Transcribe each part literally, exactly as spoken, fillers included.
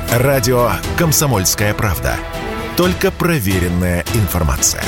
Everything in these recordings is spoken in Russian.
Радио «Комсомольская правда». Только проверенная информация.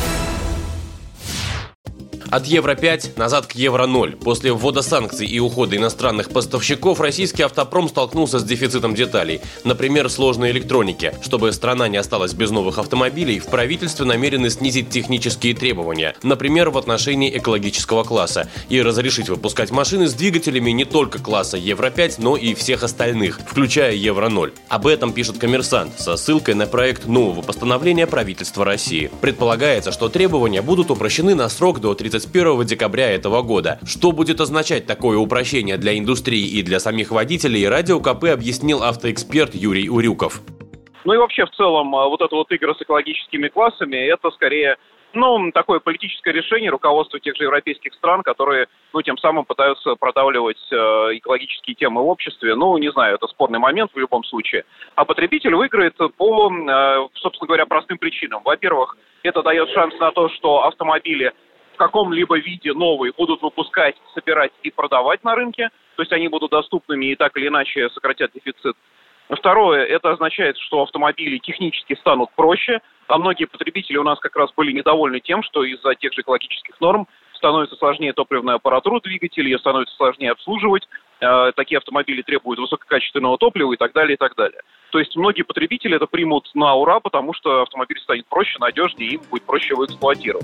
От евро пять назад к евро ноль. После ввода санкций и ухода иностранных поставщиков российский автопром столкнулся с дефицитом деталей. Например, сложной электроники. Чтобы страна не осталась без новых автомобилей, в правительстве намерены снизить технические требования. Например, в отношении экологического класса. И разрешить выпускать машины с двигателями не только класса евро пять, но и всех остальных, включая евро ноль. Об этом пишет «Коммерсант» со ссылкой на проект нового постановления правительства России. Предполагается, что требования будут упрощены на срок до тридцать первого декабря этого года. Что будет означать такое упрощение для индустрии и для самих водителей, Радио КП объяснил автоэксперт Юрий Урюков. Ну и вообще в целом вот эта вот игра с экологическими классами, это скорее, ну, такое политическое решение руководства тех же европейских стран, которые, ну, тем самым пытаются продавливать э, экологические темы в обществе. Ну, не знаю, это спорный момент в любом случае. А потребитель выиграет по, э, собственно говоря, простым причинам. Во-первых, это дает шанс на то, что автомобили в каком-либо виде новые будут выпускать, собирать и продавать на рынке. То есть они будут доступными и так или иначе сократят дефицит. Второе, это означает, что автомобили технически станут проще, а многие потребители у нас как раз были недовольны тем, что из-за тех же экологических норм становится сложнее топливную аппаратуру двигателя, ее становится сложнее обслуживать, э, такие автомобили требуют высококачественного топлива и так далее, и так далее. То есть многие потребители это примут на ура, потому что автомобиль станет проще, надежнее, и им будет проще его эксплуатировать.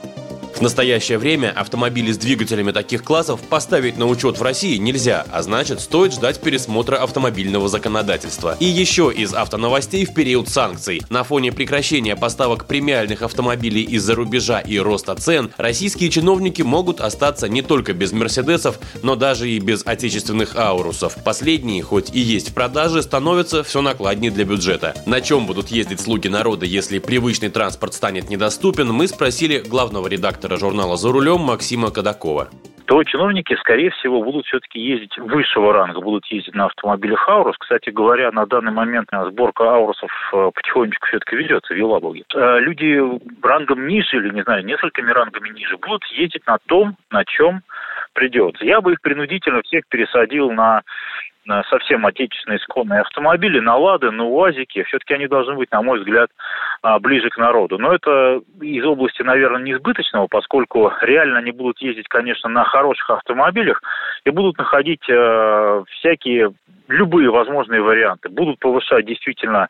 В настоящее время автомобили с двигателями таких классов поставить на учет в России нельзя, а значит, стоит ждать пересмотра автомобильного законодательства. И еще из автоновостей в период санкций. На фоне прекращения поставок премиальных автомобилей из-за рубежа и роста цен, российские чиновники могут остаться не только без «Мерседесов», но даже и без отечественных «Аурусов». Последние, хоть и есть в продаже, становятся все накладнее для бюджета. На чем будут ездить слуги народа, если привычный транспорт станет недоступен, мы спросили главного редактора журнала «За рулем» Максима Кадакова. То чиновники, скорее всего, будут все-таки ездить высшего ранга, будут ездить на автомобилях «Аурус». Кстати говоря, на данный момент сборка «Аурусов» потихонечку все-таки ведется в Елабуге. Люди рангом ниже, или, не знаю, несколькими рангами ниже, будут ездить на том, на чем придется. Я бы их принудительно всех пересадил на совсем отечественные исконные автомобили, на «Лады», на «УАЗики». Все-таки они должны быть, на мой взгляд, ближе к народу. Но это из области, наверное, неизбыточного, поскольку реально они будут ездить, конечно, на хороших автомобилях и будут находить э, всякие, любые возможные варианты. Будут повышать действительно,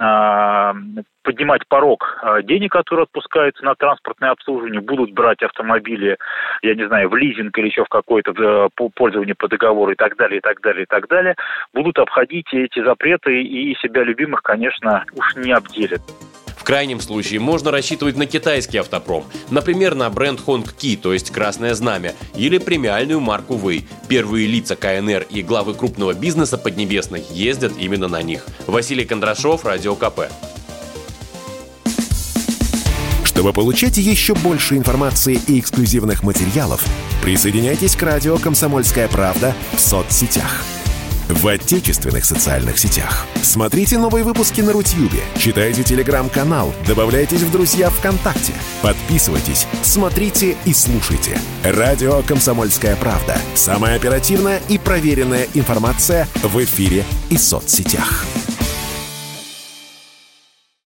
э, поднимать порог денег, которые отпускаются на транспортное обслуживание, будут брать автомобили, я не знаю, в лизинг или еще в какое-то пользование по договору и так далее, и так далее, и так далее. Будут обходить эти запреты и себя любимых, конечно, уж не обделят. В крайнем случае можно рассчитывать на китайский автопром, например, на бренд Hongqi, то есть Красное Знамя, или премиальную марку Вэй. Первые лица ка эн эр и главы крупного бизнеса Поднебесной ездят именно на них. Василий Кондрашов, Радио КП. Чтобы получать еще больше информации и эксклюзивных материалов, присоединяйтесь к радио «Комсомольская правда» в соцсетях. В отечественных социальных сетях. Смотрите новые выпуски на Рутьюбе, читайте телеграм-канал, добавляйтесь в друзья ВКонтакте, подписывайтесь, смотрите и слушайте. Радио «Комсомольская правда». Самая оперативная и проверенная информация в эфире и соцсетях.